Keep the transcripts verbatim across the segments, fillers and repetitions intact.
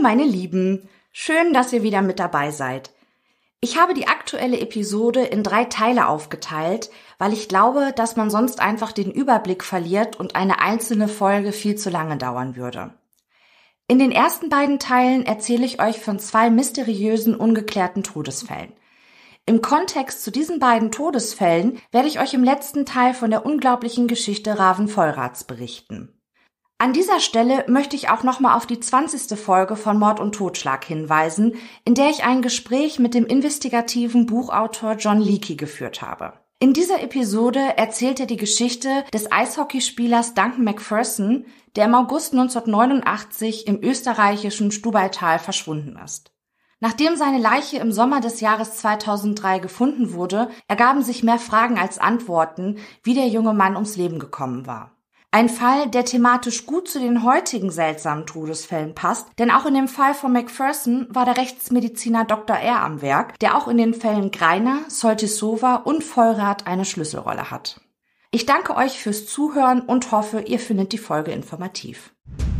meine Lieben, schön, dass ihr wieder mit dabei seid. Ich habe die aktuelle Episode in drei Teile aufgeteilt, weil ich glaube, dass man sonst einfach den Überblick verliert und eine einzelne Folge viel zu lange dauern würde. In den ersten beiden Teilen erzähle ich euch von zwei mysteriösen, ungeklärten Todesfällen. Im Kontext zu diesen beiden Todesfällen werde ich euch im letzten Teil von der unglaublichen Geschichte Raven Vollraths berichten. An dieser Stelle möchte ich auch nochmal auf die zwanzigste Folge von Mord und Totschlag hinweisen, in der ich ein Gespräch mit dem investigativen Buchautor John Leakey geführt habe. In dieser Episode erzählt er die Geschichte des Eishockeyspielers Duncan Macpherson, der im August neunzehnhundertneunundachtzig im österreichischen Stubaital verschwunden ist. Nachdem seine Leiche im Sommer des Jahres zweitausenddrei gefunden wurde, ergaben sich mehr Fragen als Antworten, wie der junge Mann ums Leben gekommen war. Ein Fall, der thematisch gut zu den heutigen seltsamen Todesfällen passt, denn auch in dem Fall von Macpherson war der Rechtsmediziner Doktor R. am Werk, der auch in den Fällen Greiner, Soltysova und Vollrath eine Schlüsselrolle hat. Ich danke euch fürs Zuhören und hoffe, ihr findet die Folge informativ.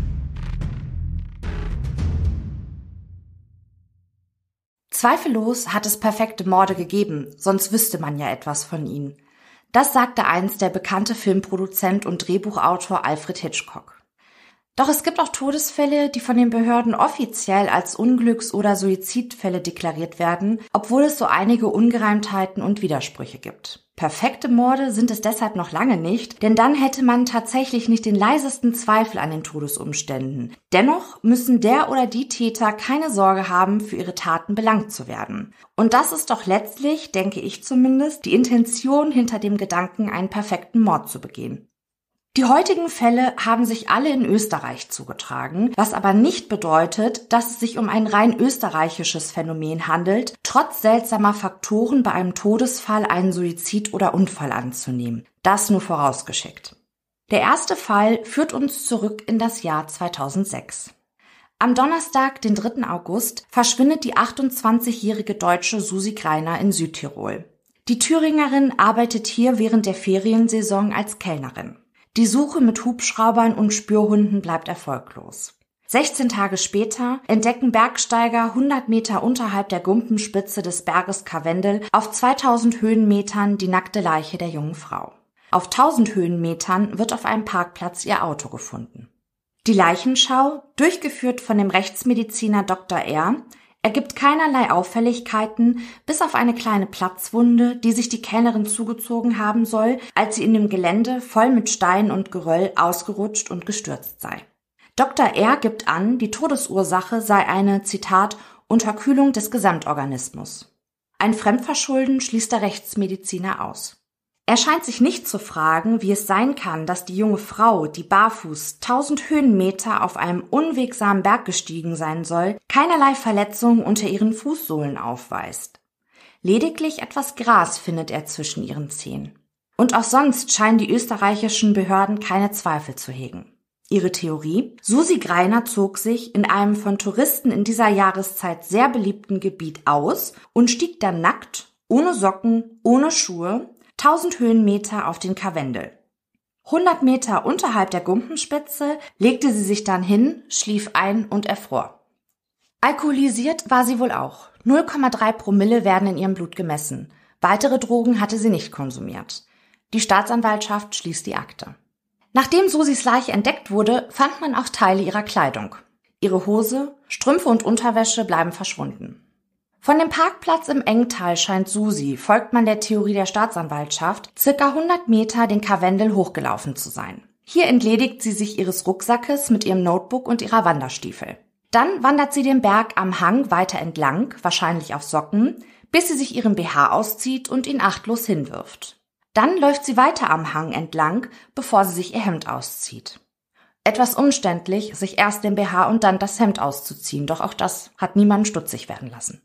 Zweifellos hat es perfekte Morde gegeben, sonst wüsste man ja etwas von ihnen. Das sagte einst der bekannte Filmproduzent und Drehbuchautor Alfred Hitchcock. Doch es gibt auch Todesfälle, die von den Behörden offiziell als Unglücks- oder Suizidfälle deklariert werden, obwohl es so einige Ungereimtheiten und Widersprüche gibt. Perfekte Morde sind es deshalb noch lange nicht, denn dann hätte man tatsächlich nicht den leisesten Zweifel an den Todesumständen. Dennoch müssen der oder die Täter keine Sorge haben, für ihre Taten belangt zu werden. Und das ist doch letztlich, denke ich zumindest, die Intention hinter dem Gedanken, einen perfekten Mord zu begehen. Die heutigen Fälle haben sich alle in Österreich zugetragen, was aber nicht bedeutet, dass es sich um ein rein österreichisches Phänomen handelt, trotz seltsamer Faktoren bei einem Todesfall einen Suizid oder Unfall anzunehmen. Das nur vorausgeschickt. Der erste Fall führt uns zurück in das Jahr zweitausendsechs. Am Donnerstag, den dritten August, verschwindet die achtundzwanzigjährige Deutsche Susi Greiner in Südtirol. Die Thüringerin arbeitet hier während der Feriensaison als Kellnerin. Die Suche mit Hubschraubern und Spürhunden bleibt erfolglos. sechzehn Tage später entdecken Bergsteiger hundert Meter unterhalb der Gumpenspitze des Berges Karwendel auf zweitausend Höhenmetern die nackte Leiche der jungen Frau. Auf tausend Höhenmetern wird auf einem Parkplatz ihr Auto gefunden. Die Leichenschau, durchgeführt von dem Rechtsmediziner Doktor R., ergibt keinerlei Auffälligkeiten, bis auf eine kleine Platzwunde, die sich die Kellnerin zugezogen haben soll, als sie in dem Gelände voll mit Steinen und Geröll ausgerutscht und gestürzt sei. Doktor R. gibt an, die Todesursache sei eine, Zitat, Unterkühlung des Gesamtorganismus. Ein Fremdverschulden schließt der Rechtsmediziner aus. Er scheint sich nicht zu fragen, wie es sein kann, dass die junge Frau, die barfuß tausend Höhenmeter auf einem unwegsamen Berg gestiegen sein soll, keinerlei Verletzungen unter ihren Fußsohlen aufweist. Lediglich etwas Gras findet er zwischen ihren Zehen. Und auch sonst scheinen die österreichischen Behörden keine Zweifel zu hegen. Ihre Theorie? Susi Greiner zog sich in einem von Touristen in dieser Jahreszeit sehr beliebten Gebiet aus und stieg dann nackt, ohne Socken, ohne Schuhe, tausend Höhenmeter auf den Karwendel. hundert Meter unterhalb der Gumpenspitze legte sie sich dann hin, schlief ein und erfror. Alkoholisiert war sie wohl auch. null Komma drei Promille werden in ihrem Blut gemessen. Weitere Drogen hatte sie nicht konsumiert. Die Staatsanwaltschaft schließt die Akte. Nachdem Susis Leiche entdeckt wurde, fand man auch Teile ihrer Kleidung. Ihre Hose, Strümpfe und Unterwäsche bleiben verschwunden. Von dem Parkplatz im Engtal scheint Susi, folgt man der Theorie der Staatsanwaltschaft, circa hundert Meter den Karwendel hochgelaufen zu sein. Hier entledigt sie sich ihres Rucksackes mit ihrem Notebook und ihrer Wanderstiefel. Dann wandert sie den Berg am Hang weiter entlang, wahrscheinlich auf Socken, bis sie sich ihren B H auszieht und ihn achtlos hinwirft. Dann läuft sie weiter am Hang entlang, bevor sie sich ihr Hemd auszieht. Etwas umständlich, sich erst den B H und dann das Hemd auszuziehen, doch auch das hat niemanden stutzig werden lassen.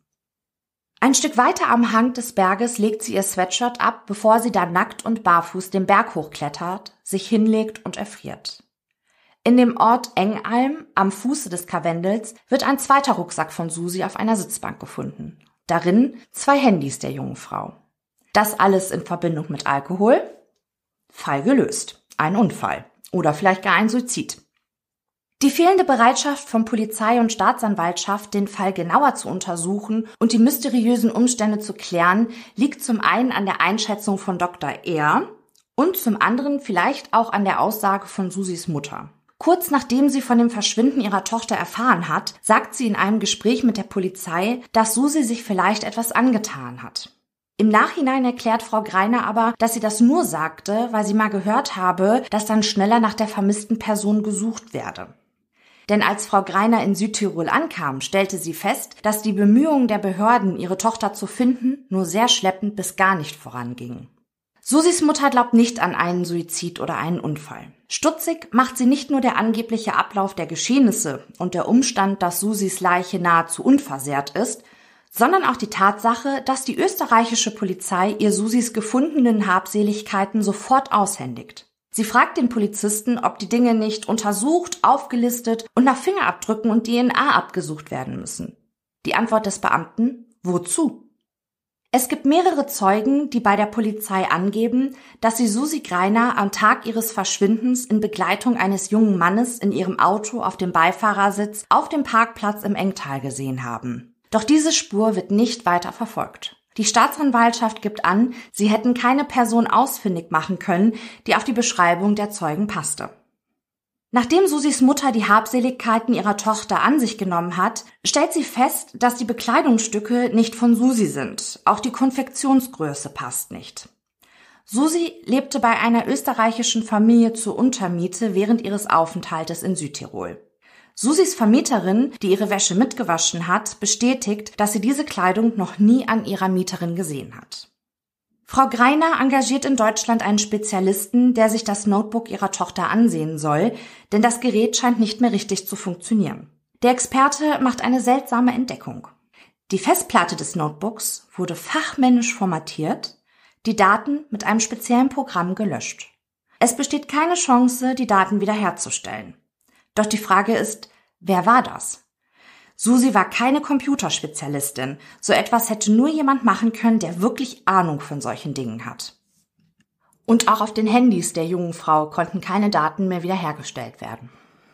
Ein Stück weiter am Hang des Berges legt sie ihr Sweatshirt ab, bevor sie dann nackt und barfuß den Berg hochklettert, sich hinlegt und erfriert. In dem Ort Engalm, am Fuße des Karwendels, wird ein zweiter Rucksack von Susi auf einer Sitzbank gefunden. Darin zwei Handys der jungen Frau. Das alles in Verbindung mit Alkohol? Fall gelöst. Ein Unfall. Oder vielleicht gar ein Suizid. Die fehlende Bereitschaft von Polizei und Staatsanwaltschaft, den Fall genauer zu untersuchen und die mysteriösen Umstände zu klären, liegt zum einen an der Einschätzung von Doktor R. und zum anderen vielleicht auch an der Aussage von Susis Mutter. Kurz nachdem sie von dem Verschwinden ihrer Tochter erfahren hat, sagt sie in einem Gespräch mit der Polizei, dass Susi sich vielleicht etwas angetan hat. Im Nachhinein erklärt Frau Greiner aber, dass sie das nur sagte, weil sie mal gehört habe, dass dann schneller nach der vermissten Person gesucht werde. Denn als Frau Greiner in Südtirol ankam, stellte sie fest, dass die Bemühungen der Behörden, ihre Tochter zu finden, nur sehr schleppend bis gar nicht vorangingen. Susis Mutter glaubt nicht an einen Suizid oder einen Unfall. Stutzig macht sie nicht nur der angebliche Ablauf der Geschehnisse und der Umstand, dass Susis Leiche nahezu unversehrt ist, sondern auch die Tatsache, dass die österreichische Polizei ihr Susis gefundenen Habseligkeiten sofort aushändigt. Sie fragt den Polizisten, ob die Dinge nicht untersucht, aufgelistet und nach Fingerabdrücken und D N A abgesucht werden müssen. Die Antwort des Beamten: Wozu? Es gibt mehrere Zeugen, die bei der Polizei angeben, dass sie Susi Greiner am Tag ihres Verschwindens in Begleitung eines jungen Mannes in ihrem Auto auf dem Beifahrersitz auf dem Parkplatz im Engtal gesehen haben. Doch diese Spur wird nicht weiter verfolgt. Die Staatsanwaltschaft gibt an, sie hätten keine Person ausfindig machen können, die auf die Beschreibung der Zeugen passte. Nachdem Susis Mutter die Habseligkeiten ihrer Tochter an sich genommen hat, stellt sie fest, dass die Bekleidungsstücke nicht von Susi sind. Auch die Konfektionsgröße passt nicht. Susi lebte bei einer österreichischen Familie zur Untermiete während ihres Aufenthaltes in Südtirol. Susis Vermieterin, die ihre Wäsche mitgewaschen hat, bestätigt, dass sie diese Kleidung noch nie an ihrer Mieterin gesehen hat. Frau Greiner engagiert in Deutschland einen Spezialisten, der sich das Notebook ihrer Tochter ansehen soll, denn das Gerät scheint nicht mehr richtig zu funktionieren. Der Experte macht eine seltsame Entdeckung. Die Festplatte des Notebooks wurde fachmännisch formatiert, die Daten mit einem speziellen Programm gelöscht. Es besteht keine Chance, die Daten wiederherzustellen. Doch die Frage ist, wer war das? Susi war keine Computerspezialistin. So etwas hätte nur jemand machen können, der wirklich Ahnung von solchen Dingen hat. Und auch auf den Handys der jungen Frau konnten keine Daten mehr wiederhergestellt werden.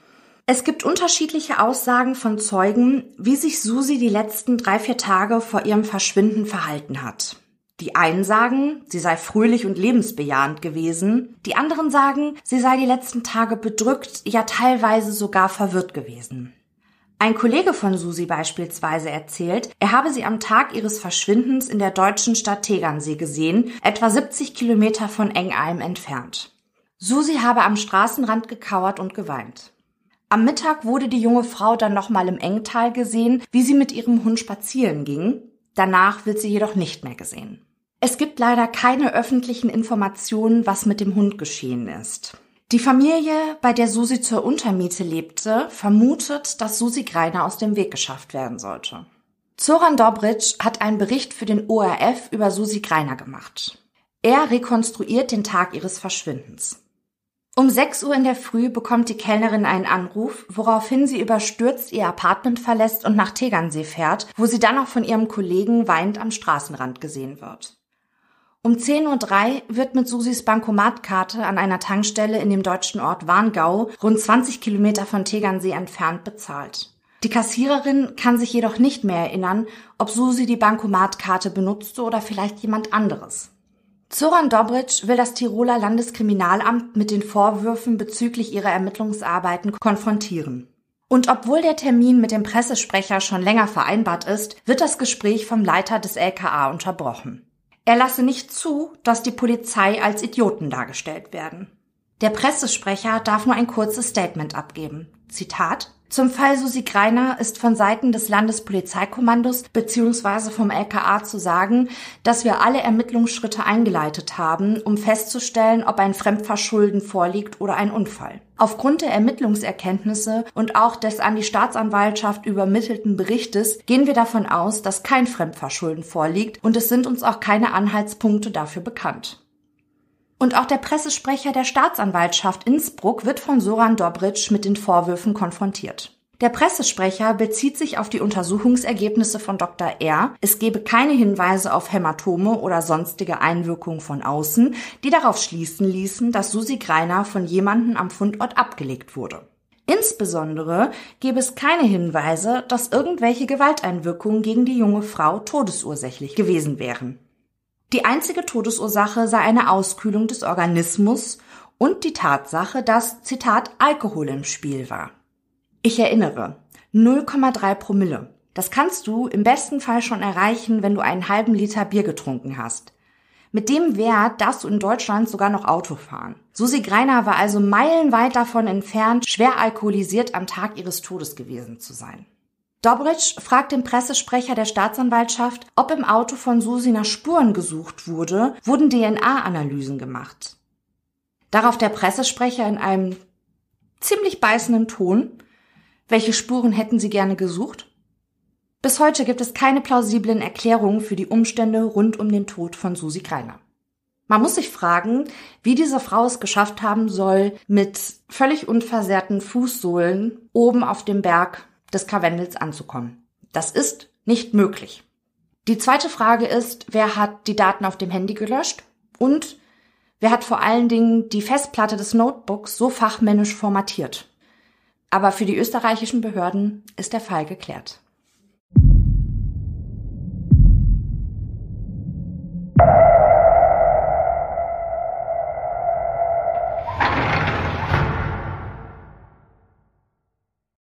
Es gibt unterschiedliche Aussagen von Zeugen, wie sich Susi die letzten drei, vier Tage vor ihrem Verschwinden verhalten hat. Die einen sagen, sie sei fröhlich und lebensbejahend gewesen. Die anderen sagen, sie sei die letzten Tage bedrückt, ja teilweise sogar verwirrt gewesen. Ein Kollege von Susi beispielsweise erzählt, er habe sie am Tag ihres Verschwindens in der deutschen Stadt Tegernsee gesehen, etwa siebzig Kilometer von Engalm entfernt. Susi habe am Straßenrand gekauert und geweint. Am Mittag wurde die junge Frau dann nochmal im Engtal gesehen, wie sie mit ihrem Hund spazieren ging. Danach wird sie jedoch nicht mehr gesehen. Es gibt leider keine öffentlichen Informationen, was mit dem Hund geschehen ist. Die Familie, bei der Susi zur Untermiete lebte, vermutet, dass Susi Greiner aus dem Weg geschafft werden sollte. Zoran Dobric hat einen Bericht für den O R F über Susi Greiner gemacht. Er rekonstruiert den Tag ihres Verschwindens. Um sechs Uhr in der Früh bekommt die Kellnerin einen Anruf, woraufhin sie überstürzt ihr Apartment verlässt und nach Tegernsee fährt, wo sie dann auch von ihrem Kollegen weinend am Straßenrand gesehen wird. Um zehn Uhr drei wird mit Susis Bankomatkarte an einer Tankstelle in dem deutschen Ort Warngau, rund zwanzig Kilometer von Tegernsee entfernt, bezahlt. Die Kassiererin kann sich jedoch nicht mehr erinnern, ob Susi die Bankomatkarte benutzte oder vielleicht jemand anderes. Zoran Dobric will das Tiroler Landeskriminalamt mit den Vorwürfen bezüglich ihrer Ermittlungsarbeiten konfrontieren. Und obwohl der Termin mit dem Pressesprecher schon länger vereinbart ist, wird das Gespräch vom Leiter des L K A unterbrochen. Er lasse nicht zu, dass die Polizei als Idioten dargestellt werden. Der Pressesprecher darf nur ein kurzes Statement abgeben. Zitat: Zum Fall Susi Greiner ist von Seiten des Landespolizeikommandos bzw. vom L K A zu sagen, dass wir alle Ermittlungsschritte eingeleitet haben, um festzustellen, ob ein Fremdverschulden vorliegt oder ein Unfall. Aufgrund der Ermittlungserkenntnisse und auch des an die Staatsanwaltschaft übermittelten Berichtes gehen wir davon aus, dass kein Fremdverschulden vorliegt und es sind uns auch keine Anhaltspunkte dafür bekannt. Und auch der Pressesprecher der Staatsanwaltschaft Innsbruck wird von Zoran Dobric mit den Vorwürfen konfrontiert. Der Pressesprecher bezieht sich auf die Untersuchungsergebnisse von Doktor R. Es gebe keine Hinweise auf Hämatome oder sonstige Einwirkungen von außen, die darauf schließen ließen, dass Susi Greiner von jemandem am Fundort abgelegt wurde. Insbesondere gäbe es keine Hinweise, dass irgendwelche Gewalteinwirkungen gegen die junge Frau todesursächlich gewesen wären. Die einzige Todesursache sei eine Auskühlung des Organismus und die Tatsache, dass, Zitat, Alkohol im Spiel war. Ich erinnere, null Komma drei Promille. Das kannst du im besten Fall schon erreichen, wenn du einen halben Liter Bier getrunken hast. Mit dem Wert darfst du in Deutschland sogar noch Auto fahren. Susi Greiner war also meilenweit davon entfernt, schwer alkoholisiert am Tag ihres Todes gewesen zu sein. Dobritsch fragt den Pressesprecher der Staatsanwaltschaft, ob im Auto von Susi nach Spuren gesucht wurde, wurden D N A-Analysen gemacht. Darauf der Pressesprecher in einem ziemlich beißenden Ton: Welche Spuren hätten Sie gerne gesucht? Bis heute gibt es keine plausiblen Erklärungen für die Umstände rund um den Tod von Susi Greiner. Man muss sich fragen, wie diese Frau es geschafft haben soll, mit völlig unversehrten Fußsohlen oben auf dem Berg des Karwendels anzukommen. Das ist nicht möglich. Die zweite Frage ist, wer hat die Daten auf dem Handy gelöscht und wer hat vor allen Dingen die Festplatte des Notebooks so fachmännisch formatiert? Aber für die österreichischen Behörden ist der Fall geklärt.